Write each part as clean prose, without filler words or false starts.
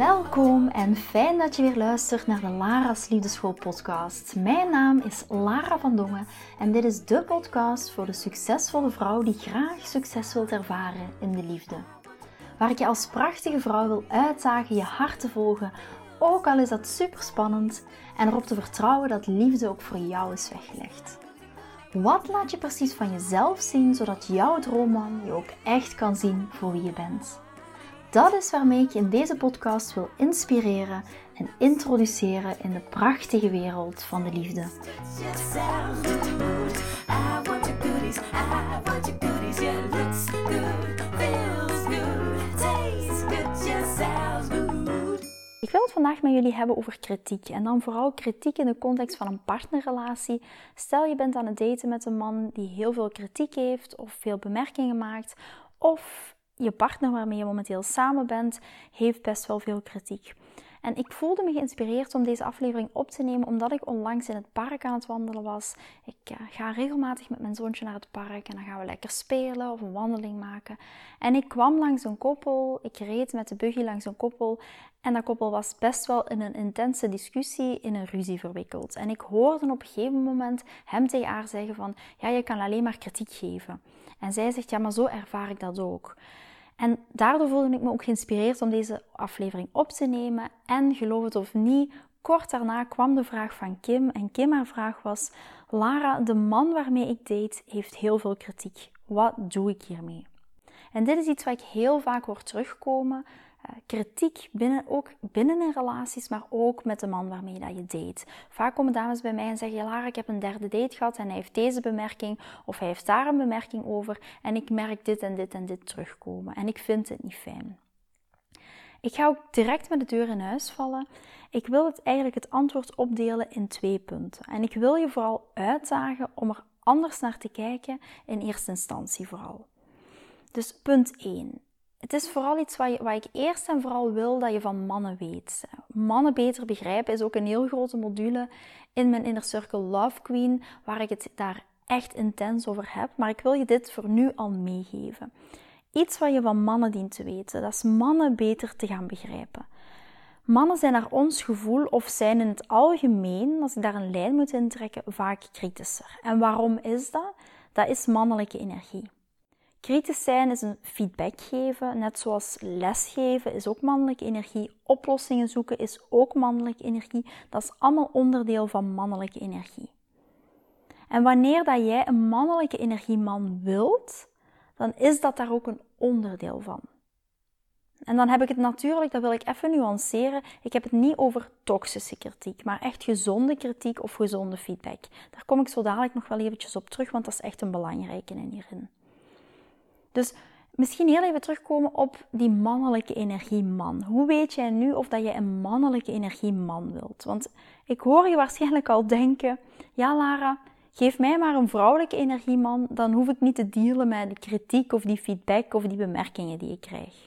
Welkom en fijn dat je weer luistert naar de Lara's Liefdeschool podcast. Mijn naam is Lara van Dongen en dit is de podcast voor de succesvolle vrouw die graag succes wilt ervaren in de liefde. Waar ik je als prachtige vrouw wil uitdagen je hart te volgen, ook al is dat super spannend, en erop te vertrouwen dat liefde ook voor jou is weggelegd. Wat laat je precies van jezelf zien, zodat jouw droomman je ook echt kan zien voor wie je bent? Dat is waarmee ik je in deze podcast wil inspireren en introduceren in de prachtige wereld van de liefde. Ik wil het vandaag met jullie hebben over kritiek en dan vooral kritiek in de context van een partnerrelatie. Stel je bent aan het daten met een man die heel veel kritiek heeft of veel bemerkingen maakt, of je partner waarmee je momenteel samen bent, heeft best wel veel kritiek. En ik voelde me geïnspireerd om deze aflevering op te nemen, omdat ik onlangs in het park aan het wandelen was. Ik ga regelmatig met mijn zoontje naar het park en dan gaan we lekker spelen of een wandeling maken. En ik kwam langs een koppel, ik reed met de buggy langs een koppel. En dat koppel was best wel in een intense discussie, in een ruzie verwikkeld. En ik hoorde op een gegeven moment hem tegen haar zeggen van, ja, je kan alleen maar kritiek geven. En zij zegt, ja, maar zo ervaar ik dat ook. En daardoor voelde ik me ook geïnspireerd om deze aflevering op te nemen. En geloof het of niet, kort daarna kwam de vraag van Kim. En Kim, haar vraag was, Lara, de man waarmee ik date heeft heel veel kritiek. Wat doe ik hiermee? En dit is iets wat ik heel vaak hoor terugkomen. Kritiek binnen in relaties, maar ook met de man waarmee dat je date. Vaak komen dames bij mij en zeggen, ja, Lara, ik heb een derde date gehad en hij heeft deze bemerking of hij heeft daar een bemerking over en ik merk dit en dit en dit terugkomen en ik vind het niet fijn. Ik ga ook direct met de deur in huis vallen. Ik wil het antwoord opdelen in 2 punten. En ik wil je vooral uitdagen om er anders naar te kijken, in eerste instantie vooral. Dus punt 1. Het is vooral iets wat ik eerst en vooral wil dat je van mannen weet. Mannen beter begrijpen is ook een heel grote module in mijn Inner Circle Love Queen, waar ik het daar echt intens over heb. Maar ik wil je dit voor nu al meegeven. Iets wat je van mannen dient te weten, dat is mannen beter te gaan begrijpen. Mannen zijn naar ons gevoel of zijn in het algemeen, als ik daar een lijn moet intrekken, vaak kritischer. En waarom is dat? Dat is mannelijke energie. Kritisch zijn is een feedback geven, net zoals lesgeven is ook mannelijke energie. Oplossingen zoeken is ook mannelijke energie. Dat is allemaal onderdeel van mannelijke energie. En wanneer dat jij een mannelijke energieman wilt, dan is dat daar ook een onderdeel van. En dan heb ik het natuurlijk, dat wil ik even nuanceren, ik heb het niet over toxische kritiek, maar echt gezonde kritiek of gezonde feedback. Daar kom ik zo dadelijk nog wel eventjes op terug, want dat is echt een belangrijke hierin. Dus misschien heel even terugkomen op die mannelijke energieman. Hoe weet jij nu of dat je een mannelijke energieman wilt? Want ik hoor je waarschijnlijk al denken, ja Lara, geef mij maar een vrouwelijke energieman, dan hoef ik niet te dealen met de kritiek of die feedback of die bemerkingen die ik krijg.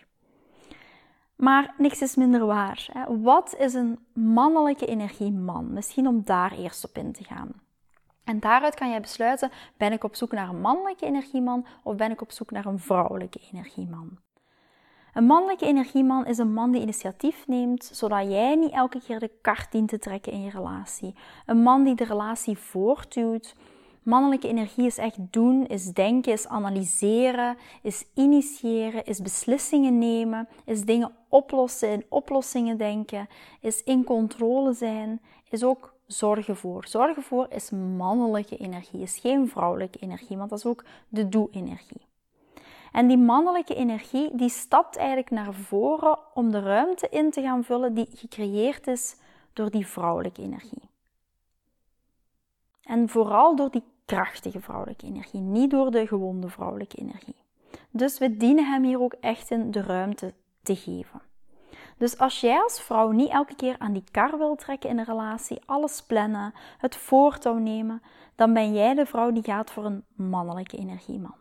Maar niks is minder waar. Hè? Wat is een mannelijke energieman? Misschien om daar eerst op in te gaan. En daaruit kan jij besluiten, ben ik op zoek naar een mannelijke energieman of ben ik op zoek naar een vrouwelijke energieman? Een mannelijke energieman is een man die initiatief neemt, zodat jij niet elke keer de kar dient te trekken in je relatie. Een man die de relatie voortduwt. Mannelijke energie is echt doen, is denken, is analyseren, is initiëren, is beslissingen nemen, is dingen oplossen, in oplossingen denken, is in controle zijn, is ook zorgen voor. Zorgen voor is mannelijke energie, is geen vrouwelijke energie, want dat is ook de doe-energie. En die mannelijke energie, die stapt eigenlijk naar voren om de ruimte in te gaan vullen die gecreëerd is door die vrouwelijke energie. En vooral door die krachtige vrouwelijke energie, niet door de gewonde vrouwelijke energie. Dus we dienen hem hier ook echt in de ruimte te geven. Dus als jij als vrouw niet elke keer aan die kar wil trekken in een relatie, alles plannen, het voortouw nemen, dan ben jij de vrouw die gaat voor een mannelijke energieman.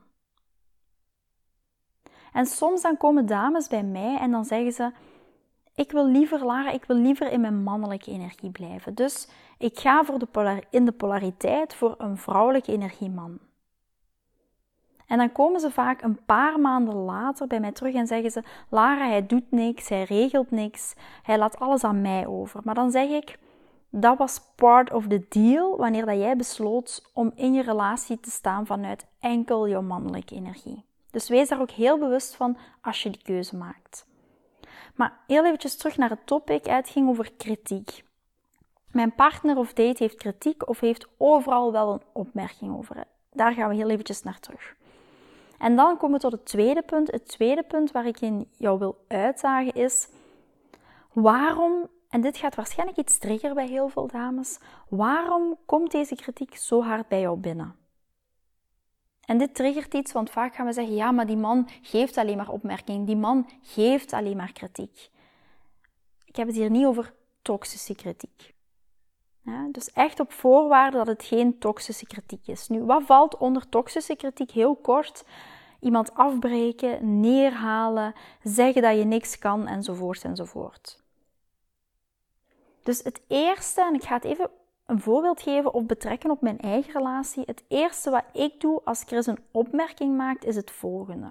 En soms dan komen dames bij mij en dan zeggen ze, ik wil liever in mijn mannelijke energie blijven. Dus ik ga in de polariteit voor een vrouwelijke energieman. En dan komen ze vaak een paar maanden later bij mij terug en zeggen ze: Lara, hij doet niks, hij regelt niks, hij laat alles aan mij over. Maar dan zeg ik, dat was part of the deal wanneer dat jij besloot om in je relatie te staan vanuit enkel jouw mannelijke energie. Dus wees daar ook heel bewust van als je die keuze maakt. Maar heel eventjes terug naar het topic, het ging over kritiek. Mijn partner of date heeft kritiek of heeft overal wel een opmerking over. Daar gaan we heel eventjes naar terug. En dan komen we tot het tweede punt. Het tweede punt waar ik in jou wil uitdagen is, waarom, en dit gaat waarschijnlijk iets triggeren bij heel veel dames, waarom komt deze kritiek zo hard bij jou binnen? En dit triggert iets, want vaak gaan we zeggen, ja, maar die man geeft alleen maar opmerking, die man geeft alleen maar kritiek. Ik heb het hier niet over toxische kritiek. Ja, dus echt op voorwaarde dat het geen toxische kritiek is. Nu, wat valt onder toxische kritiek? Heel kort, iemand afbreken, neerhalen, zeggen dat je niks kan, enzovoort, enzovoort. Dus het eerste, en ik ga het even een voorbeeld geven of betrekken op mijn eigen relatie. Het eerste wat ik doe als Chris een opmerking maakt, is het volgende.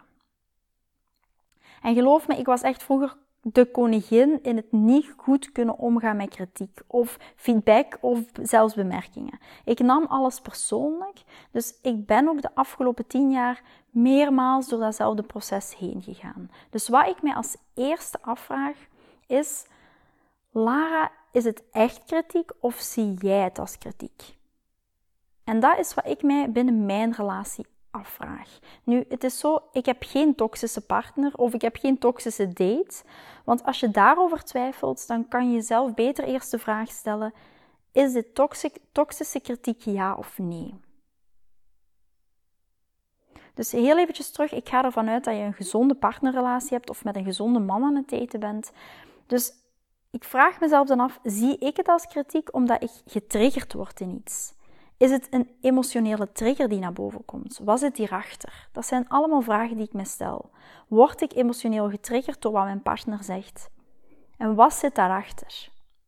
En geloof me, ik was echt vroeger de koningin in het niet goed kunnen omgaan met kritiek of feedback of zelfs bemerkingen. Ik nam alles persoonlijk, dus ik ben ook de afgelopen 10 jaar meermaals door datzelfde proces heen gegaan. Dus wat ik mij als eerste afvraag is, Lara, is het echt kritiek of zie jij het als kritiek? En dat is wat ik mij binnen mijn relatie afvraag. Nu, het is zo, ik heb geen toxische partner of ik heb geen toxische date. Want als je daarover twijfelt, dan kan je jezelf beter eerst de vraag stellen, is dit toxische kritiek ja of nee? Dus heel eventjes terug, ik ga ervan uit dat je een gezonde partnerrelatie hebt of met een gezonde man aan het daten bent. Dus ik vraag mezelf dan af, zie ik het als kritiek omdat ik getriggerd word in iets? Is het een emotionele trigger die naar boven komt? Wat zit hierachter? Dat zijn allemaal vragen die ik me stel. Word ik emotioneel getriggerd door wat mijn partner zegt? En wat zit daarachter?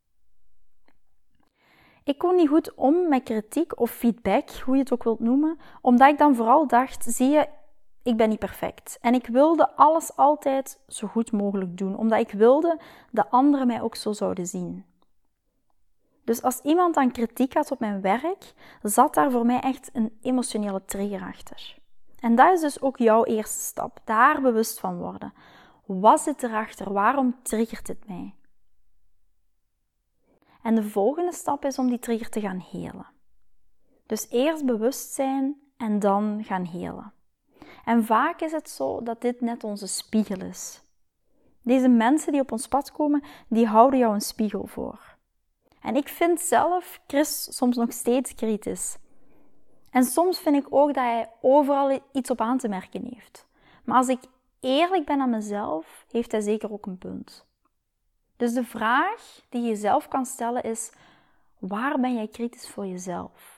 Ik kon niet goed om met kritiek of feedback, hoe je het ook wilt noemen, omdat ik dan vooral dacht, zie je, ik ben niet perfect. En ik wilde alles altijd zo goed mogelijk doen, omdat ik wilde dat anderen mij ook zo zouden zien. Dus als iemand dan kritiek had op mijn werk, zat daar voor mij echt een emotionele trigger achter. En dat is dus ook jouw eerste stap, daar bewust van worden. Wat zit erachter? Waarom triggert het mij? En de volgende stap is om die trigger te gaan helen. Dus eerst bewust zijn en dan gaan helen. En vaak is het zo dat dit net onze spiegel is. Deze mensen die op ons pad komen, die houden jou een spiegel voor. En ik vind zelf Chris soms nog steeds kritisch. En soms vind ik ook dat hij overal iets op aan te merken heeft. Maar als ik eerlijk ben aan mezelf, heeft hij zeker ook een punt. Dus de vraag die je jezelf kan stellen is, waar ben jij kritisch voor jezelf?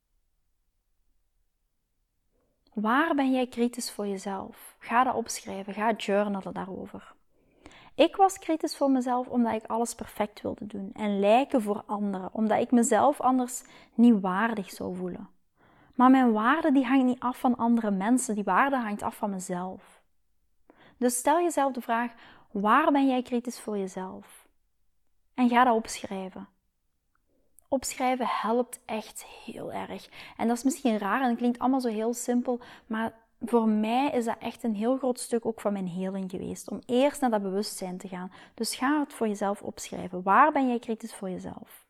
Waar ben jij kritisch voor jezelf? Ga dat opschrijven, ga journalen daarover. Ik was kritisch voor mezelf omdat ik alles perfect wilde doen en lijken voor anderen, omdat ik mezelf anders niet waardig zou voelen. Maar mijn waarde die hangt niet af van andere mensen, die waarde hangt af van mezelf. Dus stel jezelf de vraag, waar ben jij kritisch voor jezelf? En ga dat opschrijven. Opschrijven helpt echt heel erg. En dat is misschien raar en het klinkt allemaal zo heel simpel, maar voor mij is dat echt een heel groot stuk ook van mijn heling geweest. Om eerst naar dat bewustzijn te gaan. Dus ga het voor jezelf opschrijven. Waar ben jij kritisch voor jezelf?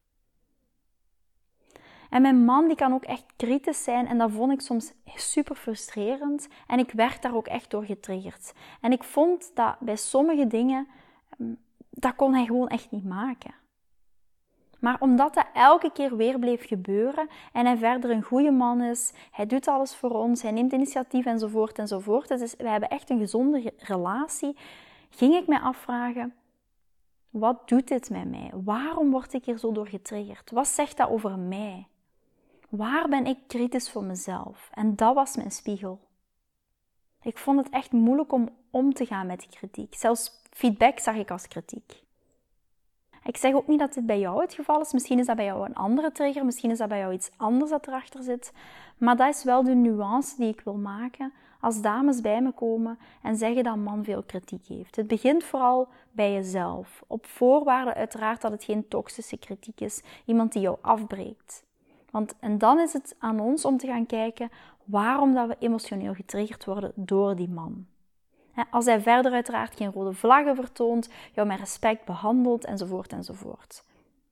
En mijn man die kan ook echt kritisch zijn en dat vond ik soms super frustrerend. En ik werd daar ook echt door getriggerd. En ik vond dat bij sommige dingen, dat kon hij gewoon echt niet maken. Maar omdat dat elke keer weer bleef gebeuren en hij verder een goede man is, hij doet alles voor ons, hij neemt initiatief enzovoort enzovoort. Dus we hebben echt een gezonde relatie. Ging ik mij afvragen, wat doet dit met mij? Waarom word ik hier zo door getriggerd? Wat zegt dat over mij? Waar ben ik kritisch voor mezelf? En dat was mijn spiegel. Ik vond het echt moeilijk om te gaan met die kritiek. Zelfs feedback zag ik als kritiek. Ik zeg ook niet dat dit bij jou het geval is. Misschien is dat bij jou een andere trigger. Misschien is dat bij jou iets anders dat erachter zit. Maar dat is wel de nuance die ik wil maken. als dames bij me komen en zeggen dat een man veel kritiek heeft. Het begint vooral bij jezelf. Op voorwaarde uiteraard dat het geen toxische kritiek is. Iemand die jou afbreekt. En dan is het aan ons om te gaan kijken waarom dat we emotioneel getriggerd worden door die man. Als hij verder uiteraard geen rode vlaggen vertoont, jou met respect behandelt enzovoort enzovoort.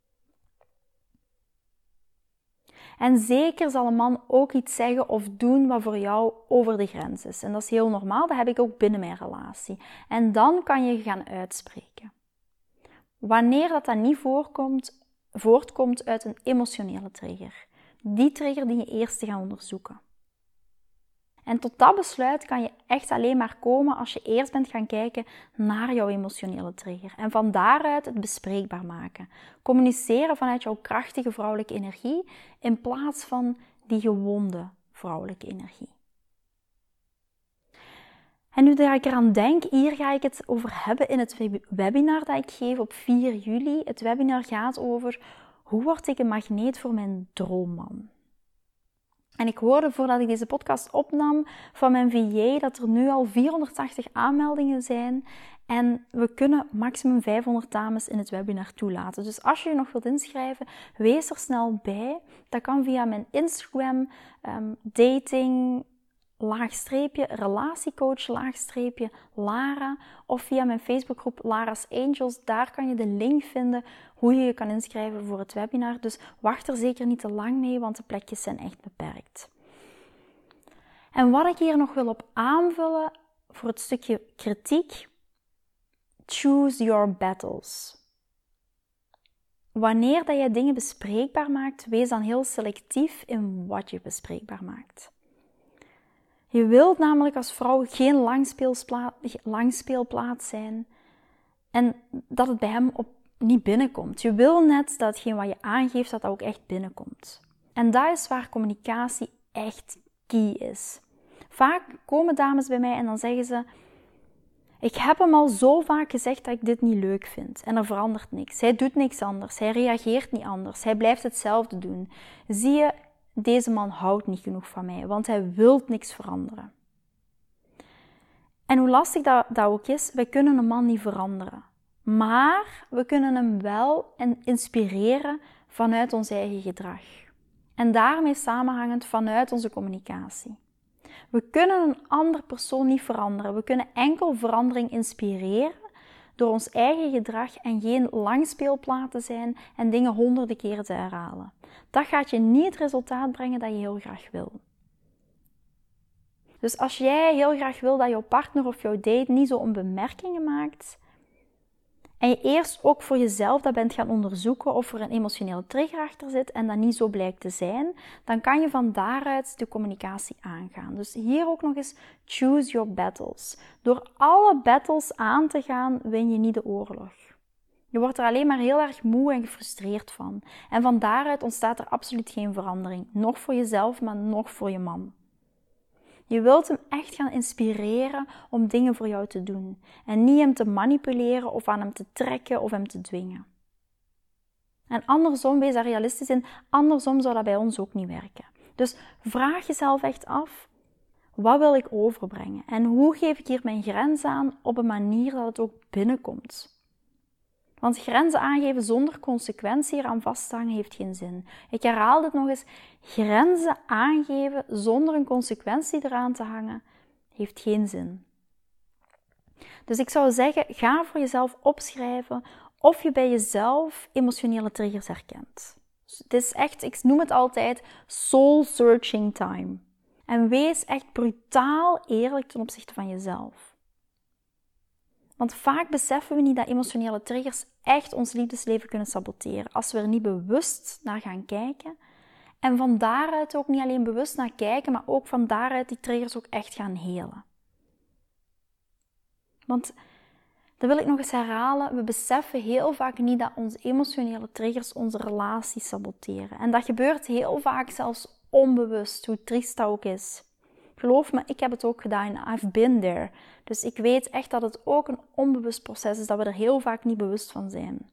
En zeker zal een man ook iets zeggen of doen wat voor jou over de grens is. En dat is heel normaal, dat heb ik ook binnen mijn relatie. En dan kan je gaan uitspreken. Wanneer dat niet voortkomt uit een emotionele trigger. Die trigger die je eerst te gaan onderzoeken. En tot dat besluit kan je echt alleen maar komen als je eerst bent gaan kijken naar jouw emotionele trigger. En van daaruit het bespreekbaar maken. Communiceren vanuit jouw krachtige vrouwelijke energie in plaats van die gewonde vrouwelijke energie. En nu dat ik eraan denk, hier ga ik het over hebben in het webinar dat ik geef op 4 juli. Het webinar gaat over hoe word ik een magneet voor mijn droomman. En ik hoorde voordat ik deze podcast opnam van mijn VA dat er nu al 480 aanmeldingen zijn. En we kunnen maximum 500 dames in het webinar toelaten. Dus als je je nog wilt inschrijven, wees er snel bij. Dat kan via mijn Instagram, dating, relatiecoach, Lara. Of via mijn Facebookgroep Lara's Angels. Daar kan je de link vinden hoe je je kan inschrijven voor het webinar. Dus wacht er zeker niet te lang mee, want de plekjes zijn echt beperkt. En wat ik hier nog wil op aanvullen voor het stukje kritiek. Choose your battles. Wanneer dat jij dingen bespreekbaar maakt, wees dan heel selectief in wat je bespreekbaar maakt. Je wilt namelijk als vrouw geen langspeelplaats zijn en dat het bij hem niet binnenkomt. Je wil net dat hetgeen wat je aangeeft, dat ook echt binnenkomt. En dat is waar communicatie echt key is. Vaak komen dames bij mij en dan zeggen ze: ik heb hem al zo vaak gezegd dat ik dit niet leuk vind. En er verandert niks. Hij doet niks anders. Hij reageert niet anders. Hij blijft hetzelfde doen. Zie je, deze man houdt niet genoeg van mij, want hij wil niks veranderen. En hoe lastig dat ook is, wij kunnen een man niet veranderen. Maar we kunnen hem wel inspireren vanuit ons eigen gedrag. En daarmee samenhangend vanuit onze communicatie. We kunnen een andere persoon niet veranderen. We kunnen enkel verandering inspireren door ons eigen gedrag en geen langspeelplaat te zijn en dingen honderden keren te herhalen. Dat gaat je niet het resultaat brengen dat je heel graag wil. Dus als jij heel graag wil dat jouw partner of jouw date niet zo onbemerkingen maakt en je eerst ook voor jezelf dat bent gaan onderzoeken of er een emotionele trigger achter zit en dat niet zo blijkt te zijn, dan kan je van daaruit de communicatie aangaan. Dus hier ook nog eens choose your battles. Door alle battles aan te gaan, win je niet de oorlog. Je wordt er alleen maar heel erg moe en gefrustreerd van. En van daaruit ontstaat er absoluut geen verandering. Nog voor jezelf, maar nog voor je man. Je wilt hem echt gaan inspireren om dingen voor jou te doen. En niet hem te manipuleren of aan hem te trekken of hem te dwingen. En andersom, wees daar realistisch in, andersom zou dat bij ons ook niet werken. Dus vraag jezelf echt af, wat wil ik overbrengen? En hoe geef ik hier mijn grens aan op een manier dat het ook binnenkomt? Want grenzen aangeven zonder consequentie eraan vasthangen heeft geen zin. Ik herhaal dit nog eens. Grenzen aangeven zonder een consequentie eraan te hangen heeft geen zin. Dus ik zou zeggen, ga voor jezelf opschrijven of je bij jezelf emotionele triggers herkent. Dus het is echt, ik noem het altijd soul searching time. En wees echt brutaal eerlijk ten opzichte van jezelf. Want vaak beseffen we niet dat emotionele triggers echt ons liefdesleven kunnen saboteren. Als we er niet bewust naar gaan kijken. En van daaruit ook niet alleen bewust naar kijken, maar ook van daaruit die triggers ook echt gaan helen. Want, dat wil ik nog eens herhalen, we beseffen heel vaak niet dat onze emotionele triggers onze relatie saboteren. En dat gebeurt heel vaak zelfs onbewust, hoe triest dat ook is. Geloof me, ik heb het ook gedaan. I've been there. Dus ik weet echt dat het ook een onbewust proces is, dat we er heel vaak niet bewust van zijn.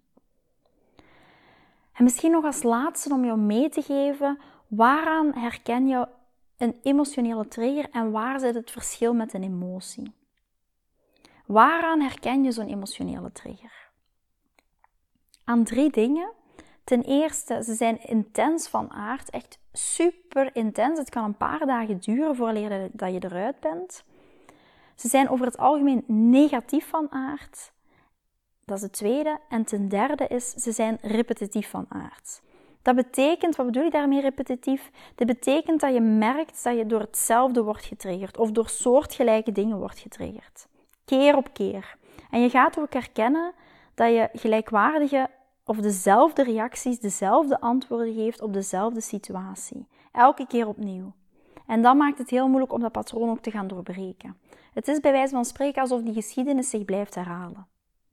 En misschien nog als laatste om jou mee te geven, waaraan herken je een emotionele trigger en waar zit het verschil met een emotie? Waaraan herken je zo'n emotionele trigger? Aan 3 dingen. Ten eerste, ze zijn intens van aard, echt super intens. Het kan een paar dagen duren voordat je eruit bent. Ze zijn over het algemeen negatief van aard. Dat is het tweede. En ten derde is, ze zijn repetitief van aard. Dat betekent, wat bedoel je daarmee repetitief? Dat betekent dat je merkt dat je door hetzelfde wordt getriggerd of door soortgelijke dingen wordt getriggerd. Keer op keer. En je gaat ook herkennen dat je gelijkwaardige of dezelfde reacties, dezelfde antwoorden geeft op dezelfde situatie. Elke keer opnieuw. En dat maakt het heel moeilijk om dat patroon ook te gaan doorbreken. Het is bij wijze van spreken alsof die geschiedenis zich blijft herhalen.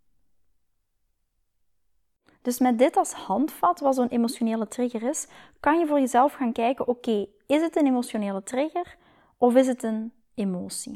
Dus met dit als handvat, wat zo'n emotionele trigger is, kan je voor jezelf gaan kijken, oké, is het een emotionele trigger of is het een emotie?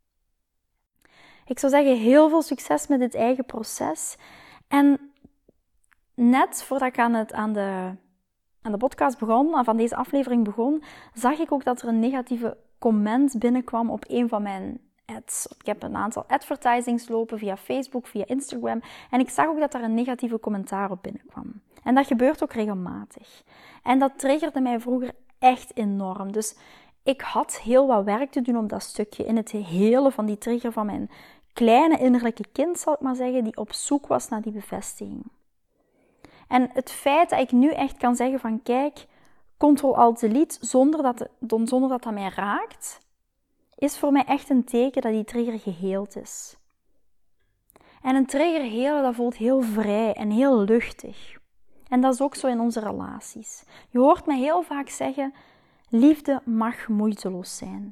Ik zou zeggen, heel veel succes met dit eigen proces. En net voordat ik aan de podcast begon, van deze aflevering begon, zag ik ook dat er een negatieve comment binnenkwam op een van mijn ads. Ik heb een aantal advertisings lopen via Facebook, via Instagram. En ik zag ook dat er een negatieve commentaar op binnenkwam. En dat gebeurt ook regelmatig. En dat triggerde mij vroeger echt enorm. Dus ik had heel wat werk te doen op dat stukje. In het hele van die trigger van mijn kleine innerlijke kind, zal ik maar zeggen, die op zoek was naar die bevestiging. En het feit dat ik nu echt kan zeggen van kijk, Ctrl-Alt-Delete zonder dat mij raakt, is voor mij echt een teken dat die trigger geheeld is. En een trigger helen, dat voelt heel vrij en heel luchtig. En dat is ook zo in onze relaties. Je hoort mij heel vaak zeggen, liefde mag moeiteloos zijn.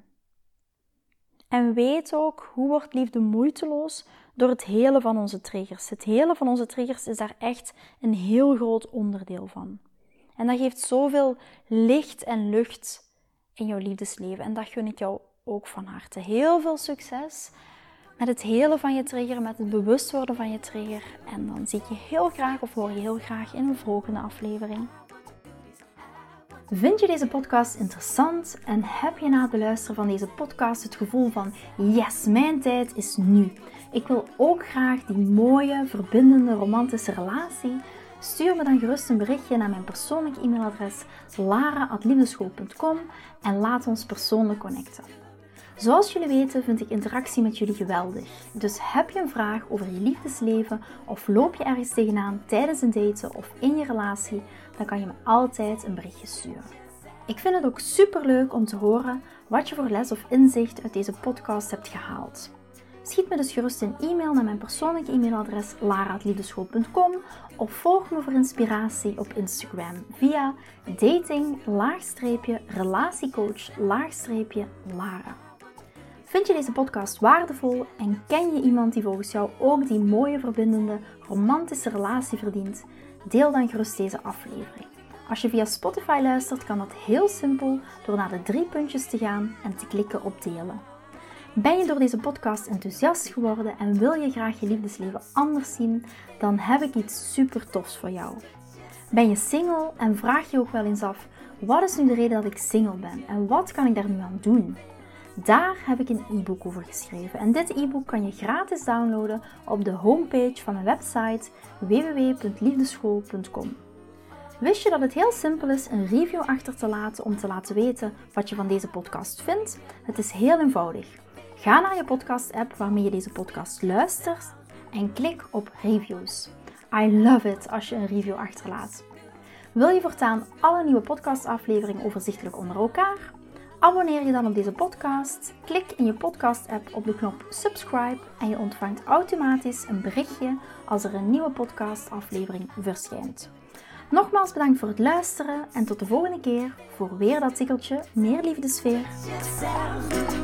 En weet ook, hoe wordt liefde moeiteloos? Door het helen van onze triggers. Het helen van onze triggers is daar echt een heel groot onderdeel van. En dat geeft zoveel licht en lucht in jouw liefdesleven. En dat gun ik jou ook van harte. Heel veel succes met het helen van je trigger, met het bewust worden van je trigger. En dan zie ik je heel graag of hoor je heel graag in een volgende aflevering. Vind je deze podcast interessant en heb je na het beluisteren van deze podcast het gevoel van yes, mijn tijd is nu. Ik wil ook graag die mooie, verbindende, romantische relatie. Stuur me dan gerust een berichtje naar mijn persoonlijk e-mailadres lara@liefdeschool.com en laat ons persoonlijk connecten. Zoals jullie weten vind ik interactie met jullie geweldig. Dus heb je een vraag over je liefdesleven of loop je ergens tegenaan tijdens een daten of in je relatie, dan kan je me altijd een berichtje sturen. Ik vind het ook superleuk om te horen wat je voor les of inzicht uit deze podcast hebt gehaald. Schiet me dus gerust een e-mail naar mijn persoonlijke e-mailadres lara@liefdeschool.com of volg me voor inspiratie op Instagram via dating-relatiecoach-lara. Vind je deze podcast waardevol en ken je iemand die volgens jou ook die mooie, verbindende, romantische relatie verdient? Deel dan gerust deze aflevering. Als je via Spotify luistert, kan dat heel simpel door naar de 3 puntjes te gaan en te klikken op delen. Ben je door deze podcast enthousiast geworden en wil je graag je liefdesleven anders zien, dan heb ik iets super tofs voor jou. Ben je single en vraag je ook wel eens af, wat is nu de reden dat ik single ben en wat kan ik daar nu aan doen? Daar heb ik een e-book over geschreven en dit e-book kan je gratis downloaden op de homepage van mijn website www.liefdeschool.com. Wist je dat het heel simpel is een review achter te laten om te laten weten wat je van deze podcast vindt? Het is heel eenvoudig. Ga naar je podcast-app waarmee je deze podcast luistert en klik op reviews. I love it als je een review achterlaat. Wil je voortaan alle nieuwe podcastafleveringen overzichtelijk onder elkaar? Abonneer je dan op deze podcast, klik in je podcast-app op de knop subscribe en je ontvangt automatisch een berichtje als er een nieuwe podcastaflevering verschijnt. Nogmaals bedankt voor het luisteren en tot de volgende keer voor weer dat tikkeltje meer liefdesfeer.